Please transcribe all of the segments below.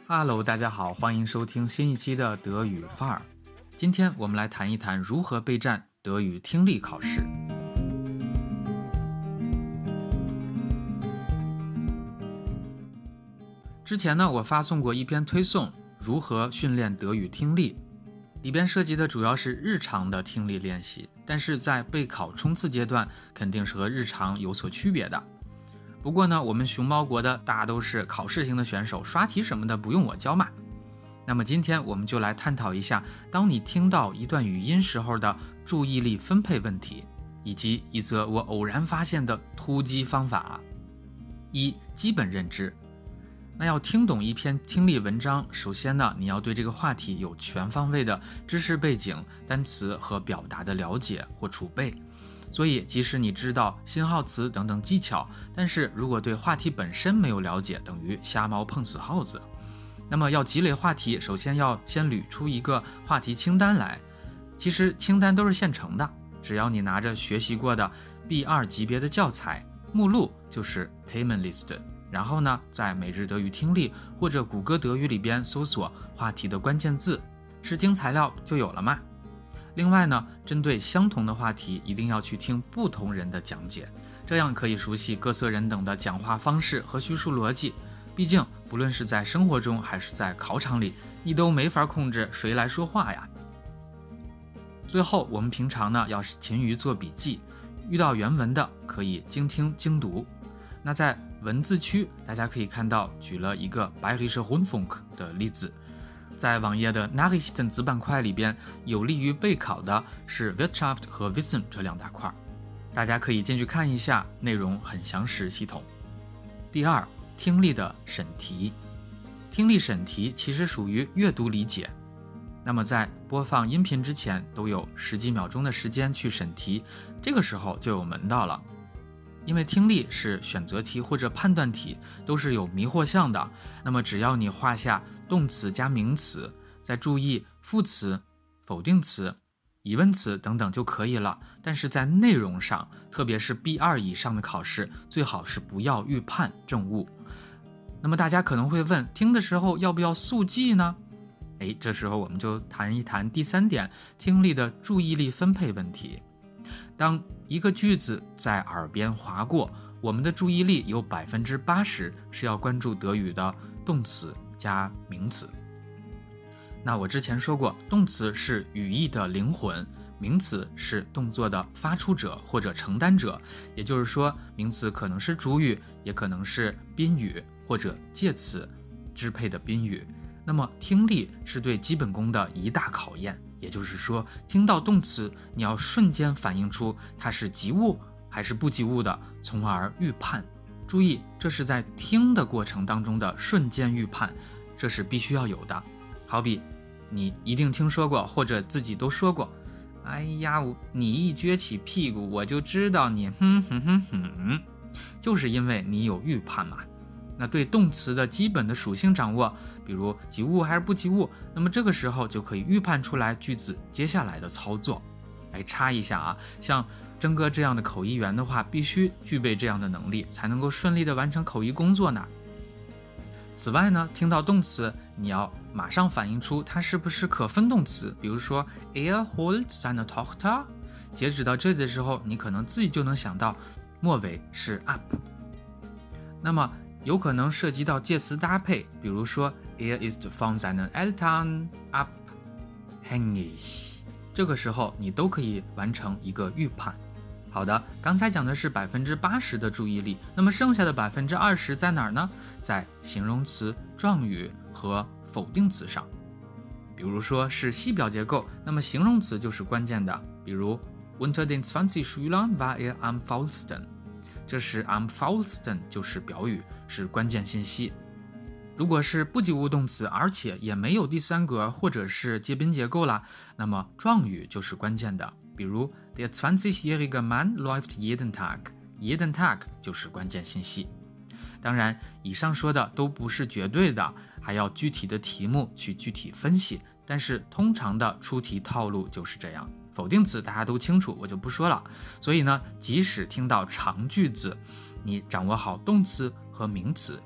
Hello， 大家好，欢迎收听新一期的德语范儿。今天我们来谈一谈如何备战德语听力考试。之前呢，我发送过一篇推送，如何训练德语听力，里边涉及的主要是日常的听力练习，但是在备考冲刺阶段，肯定是和日常有所区别的。不过呢，我们熊猫国的大都是考试型的选手，刷题什么的不用我教嘛。那么今天我们就来探讨一下，当你听到一段语音时候的注意力分配问题，以及一则我偶然发现的突击方法。一、基本认知。那要听懂一篇听力文章，首先呢，你要对这个话题有全方位的知识背景、单词和表达的了解或储备。所以即使你知道信号词等等技巧，但是如果对话题本身没有了解，等于瞎猫碰死耗子。那么要积累话题，首先要先捋出一个话题清单来。其实清单都是现成的，只要你拿着学习过的 B2 级别的教材，目录就是 Themenliste， 然后呢，在每日德语听力或者谷歌德语里边搜索话题的关键字，试听材料就有了嘛。另外呢，针对相同的话题，一定要去听不同人的讲解，这样可以熟悉各色人等的讲话方式和叙述逻辑。毕竟不论是在生活中还是在考场里，你都没法控制谁来说话呀。最后，我们平常呢要勤于做笔记，遇到原文的可以精听精读。那在文字区，大家可以看到举了一个 Bayerischer Rundfunk 的例子。在网页的 Nachrichten 子板块里边，有利于备考的是 Wirtschaft 和 Wissen 这两大块，大家可以进去看一下，内容很详实系统。第二，听力的审题。听力审题其实属于阅读理解，那么在播放音频之前都有10几秒钟的时间去审题，这个时候就有门道了。因为听力是选择题或者判断题，都是有迷惑项的，那么只要你画下动词加名词，再注意副词、否定词、疑问词等等就可以了。但是在内容上，特别是 B2 以上的考试，最好是不要预判正误。那么大家可能会问，听的时候要不要速记呢？这时候我们就谈一谈第3点，听力的注意力分配问题。当一个句子在耳边划过，我们的注意力有 80% 是要关注德语的动词加名词。那我之前说过，动词是语义的灵魂，名词是动作的发出者或者承担者，也就是说，名词可能是主语，也可能是宾语或者介词支配的宾语。那么听力是对基本功的一大考验，也就是说，听到动词，你要瞬间反映出它是及物还是不及物的，从而预判。注意，这是在听的过程当中的瞬间预判，这是必须要有的。好比你一定听说过，或者自己都说过，哎呀，你一撅起屁股，我就知道你就是因为你有预判嘛。那对动词的基本的属性掌握，比如及物还是不及物，那么这个时候就可以预判出来句子接下来的操作。插一下啊，像征哥这样的口译员的话，必须具备这样的能力，才能够顺利的完成口译工作呢。此外呢，听到动词，你要马上反映出它是不是可分动词，比如说 holt seine Tochter， 截止到这里的时候，你可能自己就能想到末尾是 up。那么有可能涉及到介词搭配，比如说 ist von seinen Eltern abhängig， 这个时候你都可以完成一个预判。好的，刚才讲的是 80% 的注意力，那么剩下的 20% 在哪儿呢？在形容词、状语和否定词上。比如说是系表结构，那么形容词就是关键的，比如 Unter den 20 Schülern war er am faulsten，这是 am faulsten 就是表语，是关键信息。如果是不及物动词，而且也没有第3格或者是介宾结构啦，那么状语就是关键的。比如 Der 20-jährige Mann läuft jeden Tag，jeden Tag 就是关键信息。当然，以上说的都不是绝对的，还要具体的题目去具体分析。但是通常的出题套路就是这样。否定词大家都清楚，我就不说了。所以呢，即使听到长句子，你掌握好动词和名词，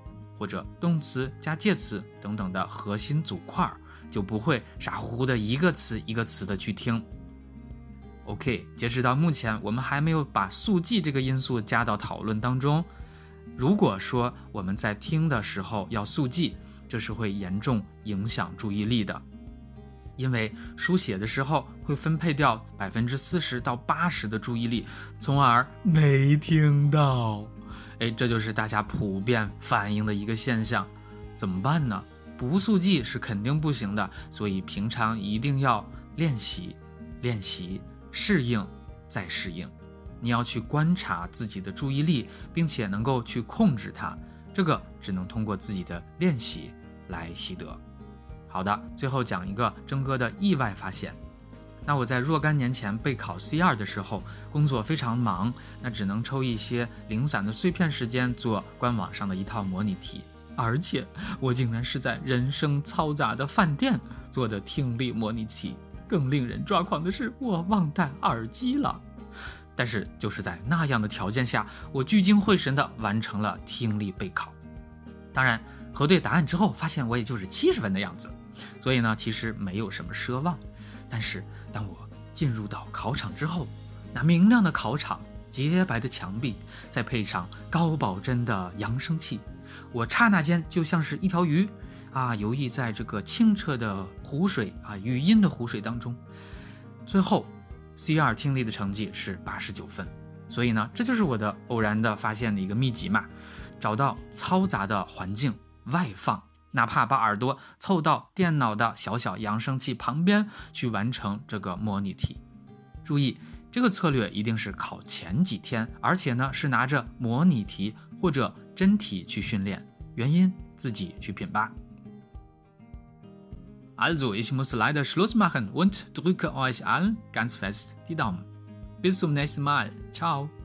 或者动词加介词等等的核心组块，就不会傻乎乎的一个词一个词的去听。OK， 截止到目前，我们还没有把速记这个因素加到讨论当中。如果说我们在听的时候要速记，这是会严重影响注意力的，因为书写的时候会分配掉40%到80%的注意力，从而没听到。这就是大家普遍反映的一个现象。怎么办呢？不速记是肯定不行的，所以平常一定要练习，适应再适应。你要去观察自己的注意力，并且能够去控制它，这个只能通过自己的练习来习得。好的，最后讲一个征哥的意外发现。那我在若干年前备考 C2 的时候，工作非常忙，那只能抽一些零散的碎片时间做官网上的一套模拟题，而且我竟然是在人声嘈杂的饭店做的听力模拟题。更令人抓狂的是，我忘带耳机了。但是就是在那样的条件下，我聚精会神地完成了听力备考。当然，核对答案之后，发现我也就是70分的样子，所以呢，其实没有什么奢望。但是当我进入到考场之后，那明亮的考场、洁白的墙壁，再配上高保真的扬声器，我刹那间就像是一条鱼游弋在这个清澈的湖水语音的湖水当中。最后 C2 听力的成绩是89分，所以呢，这就是我的偶然的发现的一个秘籍嘛，找到嘈杂的环境外放，哪怕把耳朵凑到电脑的小小扬声器旁边去完成这个模拟题。注意，这个策略一定是考前几天，而且呢是拿着模拟题或者真题去训练，原因自己去品吧。Also, ich muss leider Schluss machen und drücke euch allen ganz fest die Daumen. Bis zum nächsten Mal. Ciao.